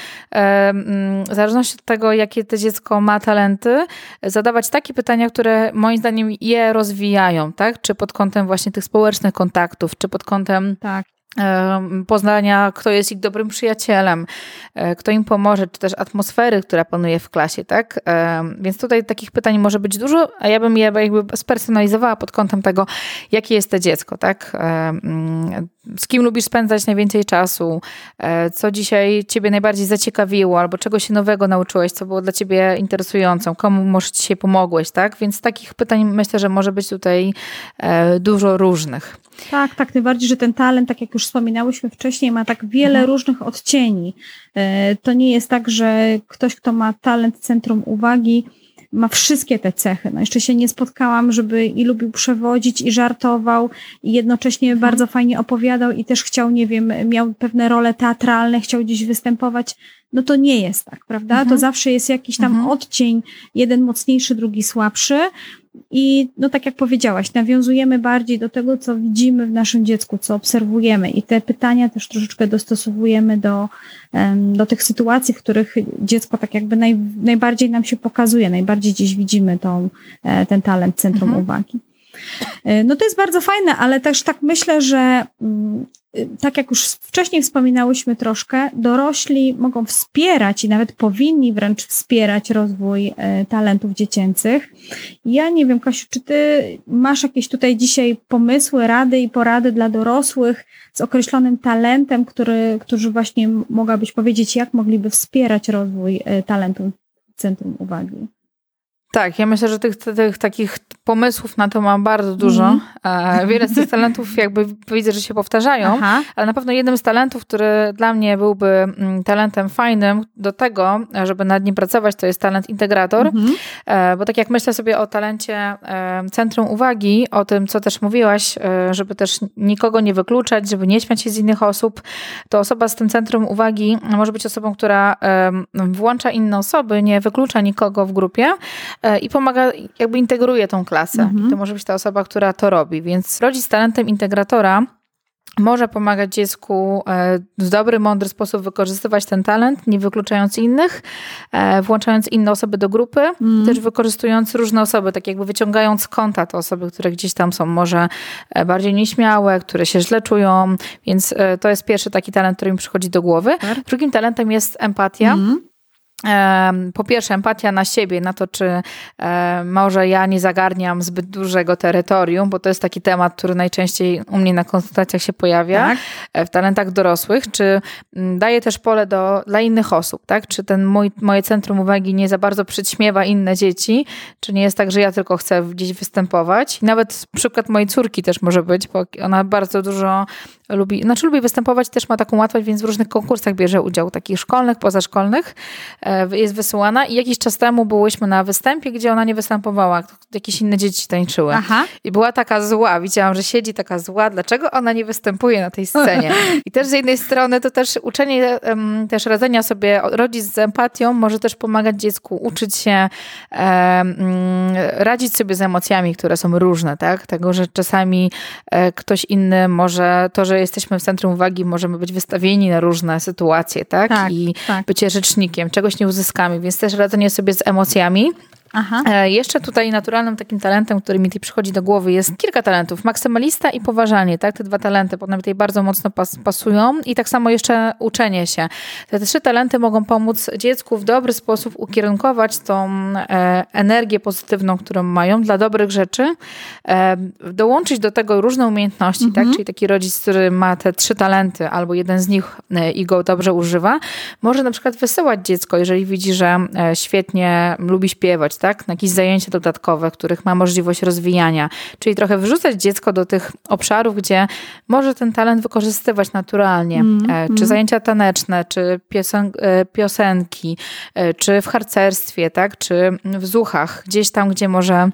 w zależności od tego, jakie to dziecko ma talenty, zadawać takie pytania, które moim zdaniem je rozwijają, tak? Czy pod kątem właśnie tych społecznych kontaktów, czy pod kątem poznania, kto jest ich dobrym przyjacielem, kto im pomoże, czy też atmosfery, która panuje w klasie, tak? Więc tutaj takich pytań może być dużo, a ja bym je jakby spersonalizowała pod kątem tego, jakie jest to dziecko, tak? Z kim lubisz spędzać najwięcej czasu, co dzisiaj ciebie najbardziej zaciekawiło, albo czego się nowego nauczyłeś, co było dla ciebie interesującą, komu może dzisiaj pomogłeś, tak? Więc takich pytań myślę, że może być tutaj dużo różnych. Tak, tym bardziej, że ten talent, tak jak już wspominałyśmy wcześniej, ma tak wiele różnych odcieni. To nie jest tak, że ktoś, kto ma talent centrum uwagi, ma wszystkie te cechy. No jeszcze się nie spotkałam, żeby i lubił przewodzić, i żartował, i jednocześnie bardzo fajnie opowiadał i też chciał, nie wiem, miał pewne role teatralne, chciał gdzieś występować. No to nie jest tak, prawda? To zawsze jest jakiś tam odcień, jeden mocniejszy, drugi słabszy. I no tak jak powiedziałaś, nawiązujemy bardziej do tego, co widzimy w naszym dziecku, co obserwujemy i te pytania też troszeczkę dostosowujemy do tych sytuacji, w których dziecko tak jakby najbardziej nam się pokazuje, najbardziej gdzieś widzimy ten talent centrum uwagi. No to jest bardzo fajne, ale też tak myślę, że tak jak już wcześniej wspominałyśmy troszkę, dorośli mogą wspierać i nawet powinni wręcz wspierać rozwój talentów dziecięcych. Ja nie wiem, Kasiu, czy ty masz jakieś tutaj dzisiaj pomysły, rady i porady dla dorosłych z określonym talentem, którzy właśnie mogłabyś powiedzieć, jak mogliby wspierać rozwój talentu Centrum Uwagi? Tak, ja myślę, że tych takich pomysłów na to mam bardzo dużo. Wiele z tych talentów jakby widzę, że się powtarzają, ale na pewno jednym z talentów, który dla mnie byłby talentem fajnym do tego, żeby nad nim pracować, to jest talent integrator, bo tak jak myślę sobie o talencie Centrum Uwagi, o tym, co też mówiłaś, żeby też nikogo nie wykluczać, żeby nie śmiać się z innych osób, to osoba z tym Centrum Uwagi może być osobą, która włącza inne osoby, nie wyklucza nikogo w grupie, i pomaga, jakby integruje tą klasę. I to może być ta osoba, która to robi. Więc rodzic z talentem integratora może pomagać dziecku w dobry, mądry sposób wykorzystywać ten talent, nie wykluczając innych, włączając inne osoby do grupy, też wykorzystując różne osoby, tak jakby wyciągając z kąta te osoby, które gdzieś tam są może bardziej nieśmiałe, które się źle czują. Więc to jest pierwszy taki talent, który mi przychodzi do głowy. Drugim talentem jest empatia. Po pierwsze empatia na siebie, na to, czy może ja nie zagarniam zbyt dużego terytorium, bo to jest taki temat, który najczęściej u mnie na konsultacjach się pojawia, w talentach dorosłych, czy daje też pole dla innych osób, tak? Czy moje centrum uwagi nie za bardzo przyćmiewa inne dzieci, czy nie jest tak, że ja tylko chcę gdzieś występować. I nawet przykład mojej córki też może być, bo ona bardzo dużo lubi występować, też ma taką łatwość, więc w różnych konkursach bierze udział, takich szkolnych, pozaszkolnych, jest wysyłana i jakiś czas temu byłyśmy na występie, gdzie ona nie występowała, jakieś inne dzieci tańczyły. I była taka zła, widziałam, że siedzi taka zła, dlaczego ona nie występuje na tej scenie? I też z jednej strony to też uczenie, też radzenia sobie, rodzic z empatią może też pomagać dziecku uczyć się radzić sobie z emocjami, które są różne, tak? Tego, że czasami ktoś inny może, to, że jesteśmy w centrum uwagi, możemy być wystawieni na różne sytuacje, tak? I bycie rzecznikiem, czegoś nie uzyskamy, więc też radzenie sobie z emocjami. Jeszcze tutaj naturalnym takim talentem, który mi tutaj przychodzi do głowy, jest kilka talentów. Maksymalista i poważanie, tak? Te dwa talenty one tutaj bardzo mocno pasują i tak samo jeszcze uczenie się. Te trzy talenty mogą pomóc dziecku w dobry sposób ukierunkować tą energię pozytywną, którą mają dla dobrych rzeczy, dołączyć do tego różne umiejętności, tak? Czyli taki rodzic, który ma te trzy talenty albo jeden z nich i go dobrze używa, może na przykład wysyłać dziecko, jeżeli widzi, że świetnie lubi śpiewać, tak? Na jakieś zajęcia dodatkowe, których ma możliwość rozwijania. Czyli trochę wrzucać dziecko do tych obszarów, gdzie może ten talent wykorzystywać naturalnie. Czy zajęcia taneczne, czy piosenki, czy w harcerstwie, tak? Czy w zuchach. Gdzieś tam, gdzie może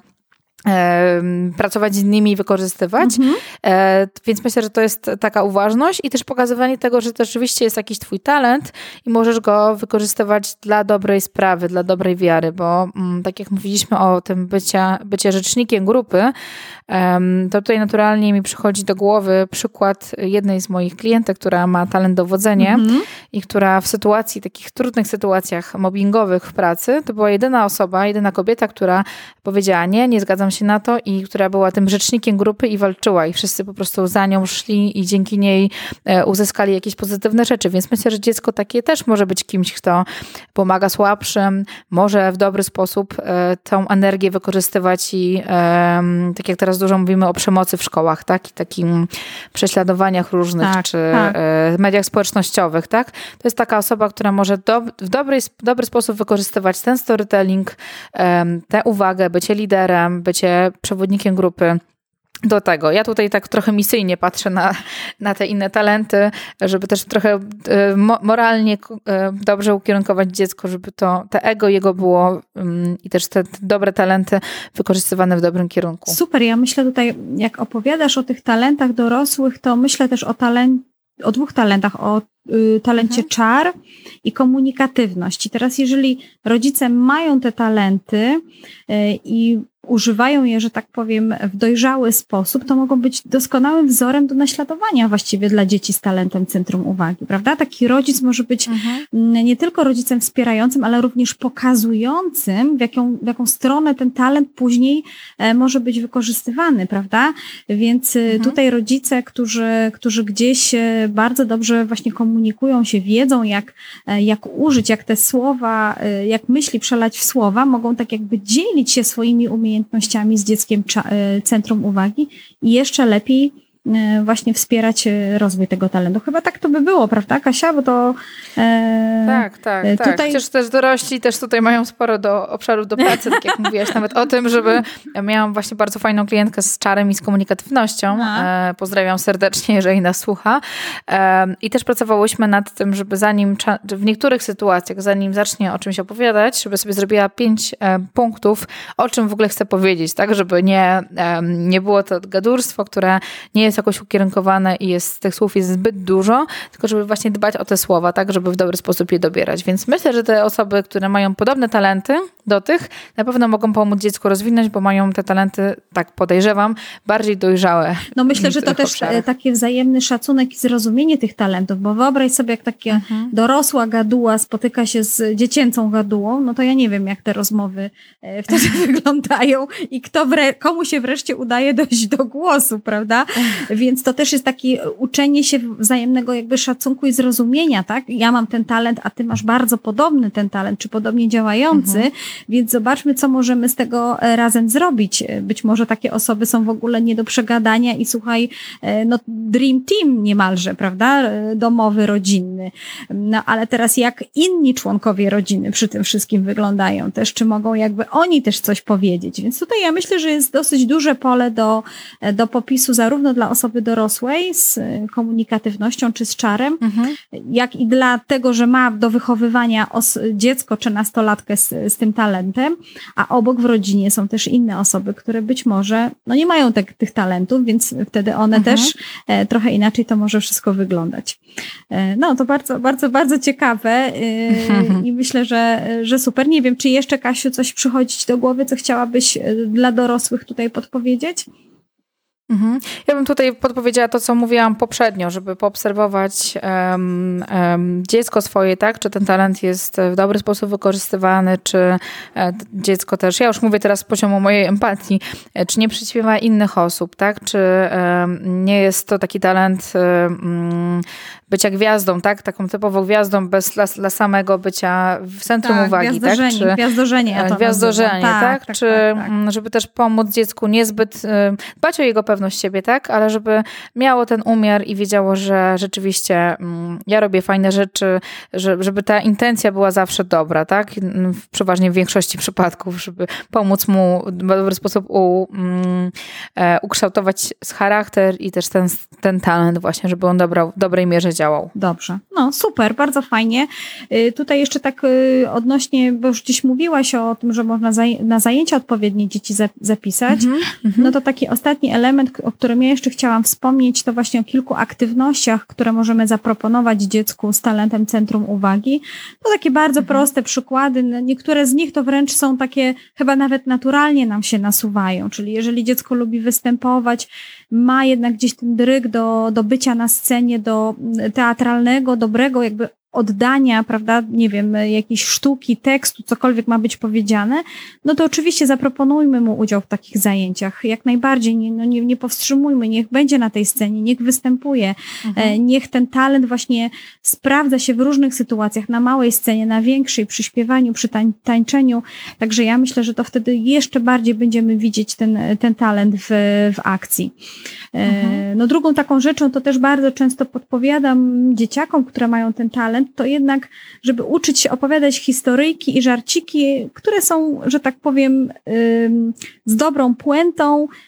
pracować z innymi i wykorzystywać. Więc myślę, że to jest taka uważność i też pokazywanie tego, że to rzeczywiście jest jakiś twój talent i możesz go wykorzystywać dla dobrej sprawy, dla dobrej wiary, bo tak jak mówiliśmy o tym bycie rzecznikiem grupy, to tutaj naturalnie mi przychodzi do głowy przykład jednej z moich klientek, która ma talent dowodzenie i która w sytuacji, takich trudnych sytuacjach mobbingowych w pracy, to była jedyna kobieta, która powiedziała nie zgadzam się na to i która była tym rzecznikiem grupy i walczyła i wszyscy po prostu za nią szli i dzięki niej uzyskali jakieś pozytywne rzeczy, więc myślę, że dziecko takie też może być kimś, kto pomaga słabszym, może w dobry sposób tą energię wykorzystywać i tak jak teraz dużo mówimy o przemocy w szkołach, tak? I takim prześladowaniach różnych, czy mediach społecznościowych, tak? To jest taka osoba, która może w dobry sposób wykorzystywać ten storytelling, tę uwagę, bycie liderem, bycie przewodnikiem grupy do tego. Ja tutaj tak trochę misyjnie patrzę na te inne talenty, żeby też trochę moralnie dobrze ukierunkować dziecko, żeby te ego jego było i też te dobre talenty wykorzystywane w dobrym kierunku. Super, ja myślę tutaj, jak opowiadasz o tych talentach dorosłych, to myślę też o dwóch talentach, o talencie czar i komunikatywność. I teraz jeżeli rodzice mają te talenty i używają je, że tak powiem, w dojrzały sposób, to mogą być doskonałym wzorem do naśladowania właściwie dla dzieci z talentem centrum uwagi, prawda? Taki rodzic może być nie tylko rodzicem wspierającym, ale również pokazującym, w jaką stronę ten talent później może być wykorzystywany, prawda? Więc tutaj rodzice, którzy gdzieś bardzo dobrze właśnie komunikują się, wiedzą jak użyć, jak te słowa, jak myśli przelać w słowa, mogą tak jakby dzielić się swoimi umiejętnościami z dzieckiem centrum uwagi i jeszcze lepiej właśnie wspierać rozwój tego talentu. Chyba tak to by było, prawda, Kasia? Bo to tak. Tutaj... Przecież też dorośli też tutaj mają sporo do obszarów do pracy, tak jak mówiłaś nawet o tym, żeby miałam właśnie bardzo fajną klientkę z czarem i z komunikatywnością. Pozdrawiam serdecznie, jeżeli nas słucha. I też pracowałyśmy nad tym, żeby w niektórych sytuacjach, zanim zacznie o czymś opowiadać, żeby sobie zrobiła 5 punktów, o czym w ogóle chce powiedzieć, tak, żeby nie było to gadurstwo, które nie jest jakoś ukierunkowane i tych słów jest zbyt dużo, tylko żeby właśnie dbać o te słowa, tak, żeby w dobry sposób je dobierać. Więc myślę, że te osoby, które mają podobne talenty do tych, na pewno mogą pomóc dziecku rozwinąć, bo mają te talenty, tak podejrzewam, bardziej dojrzałe. No myślę, że to też taki wzajemny szacunek i zrozumienie tych talentów, bo wyobraź sobie, jak takie dorosła gaduła spotyka się z dziecięcą gadułą, no to ja nie wiem, jak te rozmowy wtedy wyglądają i komu się wreszcie udaje dojść do głosu, prawda? Więc to też jest takie uczenie się wzajemnego jakby szacunku i zrozumienia, tak? Ja mam ten talent, a ty masz bardzo podobny ten talent, czy podobnie działający, więc zobaczmy, co możemy z tego razem zrobić. Być może takie osoby są w ogóle nie do przegadania i słuchaj, no dream team niemalże, prawda? Domowy, rodzinny. No ale teraz jak inni członkowie rodziny przy tym wszystkim wyglądają też, czy mogą jakby oni też coś powiedzieć. Więc tutaj ja myślę, że jest dosyć duże pole do popisu zarówno dla osoby dorosłej z komunikatywnością czy z czarem, jak i dla tego, że ma do wychowywania dziecko czy nastolatkę z tym talentem, a obok w rodzinie są też inne osoby, które być może nie mają tych talentów, więc wtedy one też trochę inaczej to może wszystko wyglądać. No to bardzo, bardzo, bardzo ciekawe i myślę, że super. Nie wiem, czy jeszcze, Kasiu, coś przychodzi ci do głowy, co chciałabyś dla dorosłych tutaj podpowiedzieć? Ja bym tutaj podpowiedziała to, co mówiłam poprzednio, żeby poobserwować dziecko swoje, tak? Czy ten talent jest w dobry sposób wykorzystywany, czy dziecko też, ja już mówię teraz z poziomu mojej empatii, czy nie przyćmiewa innych osób, tak? Czy nie jest to taki talent bycia gwiazdą, tak? Taką typową gwiazdą bez dla samego bycia w centrum uwagi, tak? Czy gwiazdorzenie, ja to gwiazdorzenie, tak? Czy żeby też pomóc dziecku niezbyt dbać o jego pewność siebie, tak? Ale żeby miało ten umiar i wiedziało, że rzeczywiście ja robię fajne rzeczy, żeby ta intencja była zawsze dobra, tak? Przeważnie w większości przypadków, żeby pomóc mu w dobry sposób ukształtować charakter i też ten talent właśnie, żeby on w dobrej mierze działał. Dobrze. No super, bardzo fajnie. Tutaj jeszcze tak odnośnie, bo już gdzieś mówiłaś o tym, że można na zajęcia odpowiednie dzieci zapisać. No to taki ostatni element, o którym ja jeszcze chciałam wspomnieć, to właśnie o kilku aktywnościach, które możemy zaproponować dziecku z talentem centrum uwagi. To takie bardzo proste przykłady. Niektóre z nich to wręcz są takie, chyba nawet naturalnie nam się nasuwają. Czyli jeżeli dziecko lubi występować, ma jednak gdzieś ten dryg do bycia na scenie, do teatralnego, dobrego jakby oddania, prawda, nie wiem, jakiejś sztuki, tekstu, cokolwiek ma być powiedziane, no to oczywiście zaproponujmy mu udział w takich zajęciach. Jak najbardziej, nie powstrzymujmy, niech będzie na tej scenie, niech występuje, niech ten talent właśnie sprawdza się w różnych sytuacjach, na małej scenie, na większej, przy śpiewaniu, przy tańczeniu. Także ja myślę, że to wtedy jeszcze bardziej będziemy widzieć ten talent w akcji. No drugą taką rzeczą, to też bardzo często podpowiadam dzieciakom, które mają ten talent, to jednak, żeby uczyć się opowiadać historyjki i żarciki, które są, że tak powiem, z dobrą puentą,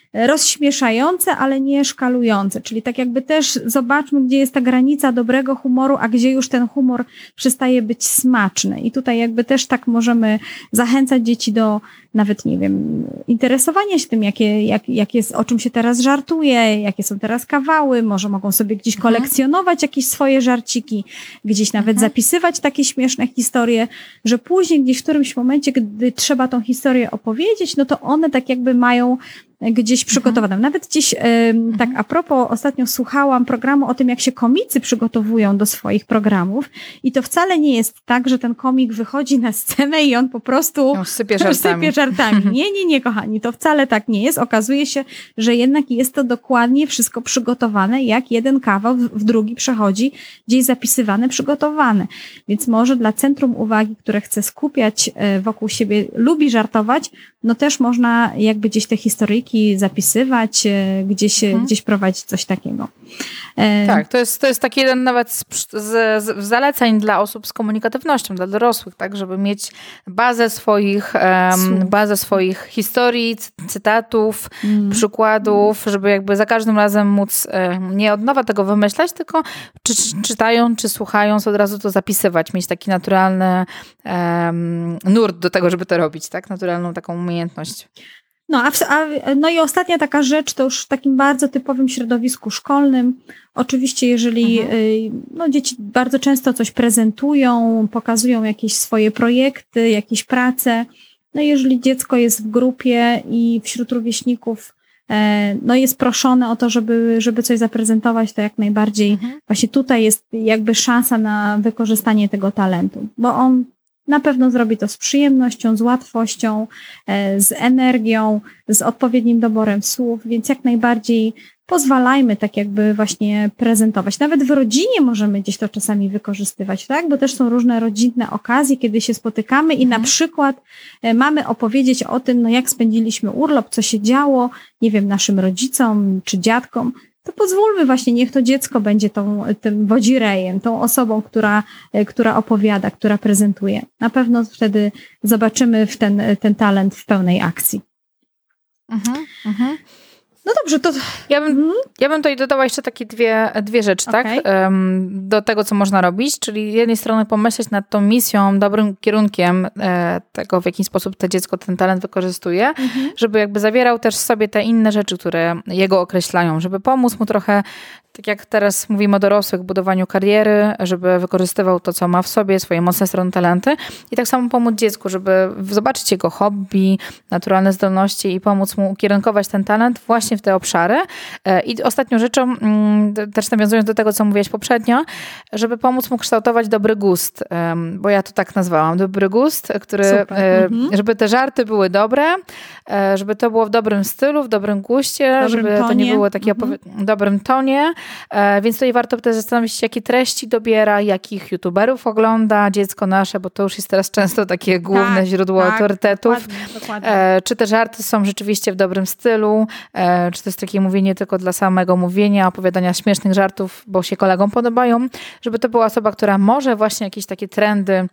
rozśmieszające, ale nie szkalujące. Czyli tak jakby też zobaczmy, gdzie jest ta granica dobrego humoru, a gdzie już ten humor przestaje być smaczny. I tutaj jakby też tak możemy zachęcać dzieci do nawet, nie wiem, interesowania się tym, o czym się teraz żartuje, jakie są teraz kawały, może mogą sobie gdzieś kolekcjonować jakieś swoje żarciki, gdzieś nawet zapisywać takie śmieszne historie, że później gdzieś w którymś momencie, gdy trzeba tą historię opowiedzieć, no to one tak jakby mają gdzieś przygotowane. Nawet gdzieś, tak a propos, ostatnio słuchałam programu o tym, jak się komicy przygotowują do swoich programów i to wcale nie jest tak, że ten komik wychodzi na scenę i on po prostu sypie żartami. Nie, kochani, to wcale tak nie jest. Okazuje się, że jednak jest to dokładnie wszystko przygotowane, jak jeden kawał w drugi przechodzi, gdzieś zapisywane, przygotowane. Więc może dla Centrum Uwagi, które chce skupiać wokół siebie, lubi żartować, no też można jakby gdzieś te historyjki zapisywać, gdzieś prowadzić coś takiego. Tak, to jest taki jeden nawet z zaleceń dla osób z komunikatywnością, dla dorosłych, tak, żeby mieć bazę swoich historii, cytatów, przykładów, żeby jakby za każdym razem móc nie od nowa tego wymyślać, tylko czy czytając, czy słuchając od razu to zapisywać, mieć taki naturalny nurt do tego, żeby to robić, tak, naturalną taką umiejętność. No i ostatnia taka rzecz, to już w takim bardzo typowym środowisku szkolnym. Oczywiście, jeżeli dzieci bardzo często coś prezentują, pokazują jakieś swoje projekty, jakieś prace. No jeżeli dziecko jest w grupie i wśród rówieśników jest proszone o to, żeby coś zaprezentować, to jak najbardziej właśnie tutaj jest jakby szansa na wykorzystanie tego talentu, bo on na pewno zrobi to z przyjemnością, z łatwością, z energią, z odpowiednim doborem słów, więc jak najbardziej pozwalajmy tak jakby właśnie prezentować. Nawet w rodzinie możemy gdzieś to czasami wykorzystywać, tak? Bo też są różne rodzinne okazje, kiedy się spotykamy i na przykład mamy opowiedzieć o tym, jak spędziliśmy urlop, co się działo, nie wiem, naszym rodzicom czy dziadkom. To pozwólmy właśnie, niech to dziecko będzie tym wodzirejem, tą osobą, która opowiada, która prezentuje. Na pewno wtedy zobaczymy ten talent w pełnej akcji. No dobrze, to... Ja bym tutaj dodała jeszcze takie dwie rzeczy, tak? Do tego, co można robić, czyli z jednej strony pomyśleć nad tą misją, dobrym kierunkiem tego, w jaki sposób to dziecko ten talent wykorzystuje, żeby jakby zawierał też w sobie te inne rzeczy, które jego określają, żeby pomóc mu trochę, tak jak teraz mówimy o dorosłych, budowaniu kariery, żeby wykorzystywał to, co ma w sobie, swoje mocne strony, talenty i tak samo pomóc dziecku, żeby zobaczyć jego hobby, naturalne zdolności i pomóc mu ukierunkować ten talent właśnie w te obszary. I ostatnią rzeczą, też nawiązując do tego, co mówiłaś poprzednio, żeby pomóc mu kształtować dobry gust, bo ja to tak nazwałam, dobry gust, który, żeby te żarty były dobre, żeby to było w dobrym stylu, w dobrym guście, żeby to nie było takie w dobrym tonie, więc tutaj warto też zastanowić się, jakie treści dobiera, jakich youtuberów ogląda dziecko nasze, bo to już jest teraz często takie główne źródło autorytetów. Dokładnie. Czy te żarty są rzeczywiście w dobrym stylu, czy to jest takie mówienie tylko dla samego mówienia, opowiadania śmiesznych żartów, bo się kolegom podobają, żeby to była osoba, która może właśnie jakieś takie trendy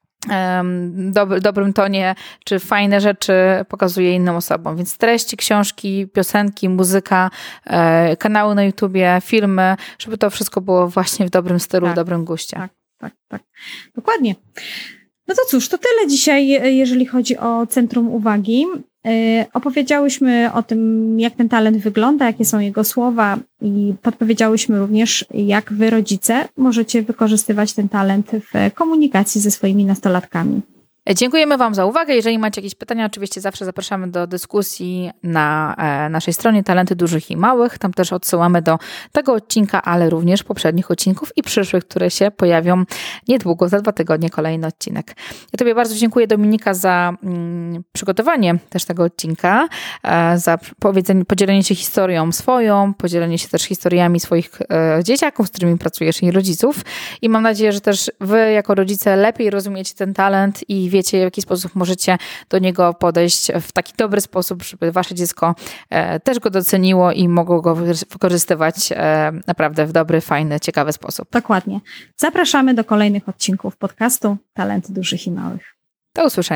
dobrym tonie, czy fajne rzeczy pokazuje innym osobom. Więc treści, książki, piosenki, muzyka, kanały na YouTubie, filmy, żeby to wszystko było właśnie w dobrym stylu, w dobrym guście. Tak. Dokładnie. No to cóż, to tyle dzisiaj, jeżeli chodzi o Centrum Uwagi. Opowiedziałyśmy o tym, jak ten talent wygląda, jakie są jego słowa i podpowiedziałyśmy również, jak wy, rodzice, możecie wykorzystywać ten talent w komunikacji ze swoimi nastolatkami. Dziękujemy wam za uwagę. Jeżeli macie jakieś pytania, oczywiście zawsze zapraszamy do dyskusji na naszej stronie Talenty Dużych i Małych. Tam też odsyłamy do tego odcinka, ale również poprzednich odcinków i przyszłych, które się pojawią niedługo, za 2 tygodnie kolejny odcinek. Ja tobie bardzo dziękuję, Dominika, za przygotowanie też tego odcinka, za podzielenie się historią swoją, podzielenie się też historiami swoich dzieciaków, z którymi pracujesz, i rodziców. I mam nadzieję, że też wy jako rodzice lepiej rozumiecie ten talent i wiecie, w jaki sposób możecie do niego podejść w taki dobry sposób, żeby wasze dziecko też go doceniło i mogło go wykorzystywać naprawdę w dobry, fajny, ciekawy sposób. Dokładnie. Zapraszamy do kolejnych odcinków podcastu Talenty Dużych i Małych. Do usłyszenia.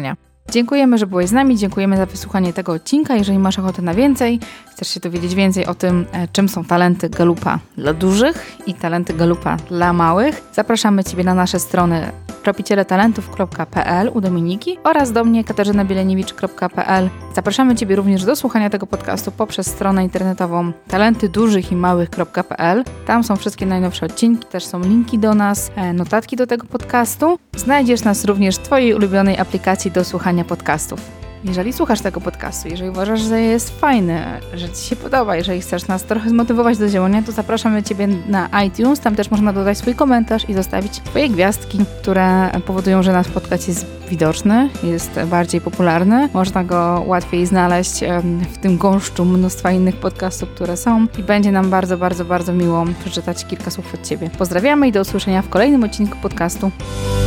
Dziękujemy, że byłeś z nami, dziękujemy za wysłuchanie tego odcinka. Jeżeli masz ochotę na więcej, chcesz się dowiedzieć więcej o tym, czym są talenty Galupa dla dużych i talenty Galupa dla małych, zapraszamy Ciebie na nasze strony tropicieletalentów.pl u Dominiki oraz do mnie katarzynabieleniewicz.pl. Zapraszamy Ciebie również do słuchania tego podcastu poprzez stronę internetową talentydużychimałych.pl. Tam są wszystkie najnowsze odcinki, też są linki do nas, notatki do tego podcastu. Znajdziesz nas również w Twojej ulubionej aplikacji do słuchania podcastów. Jeżeli słuchasz tego podcastu, jeżeli uważasz, że jest fajny, że Ci się podoba, jeżeli chcesz nas trochę zmotywować do działania, to zapraszamy Ciebie na iTunes. Tam też można dodać swój komentarz i zostawić swoje gwiazdki, które powodują, że nasz podcast jest widoczny, jest bardziej popularny. Można go łatwiej znaleźć w tym gąszczu mnóstwa innych podcastów, które są i będzie nam bardzo, bardzo, bardzo miło przeczytać kilka słów od Ciebie. Pozdrawiamy i do usłyszenia w kolejnym odcinku podcastu.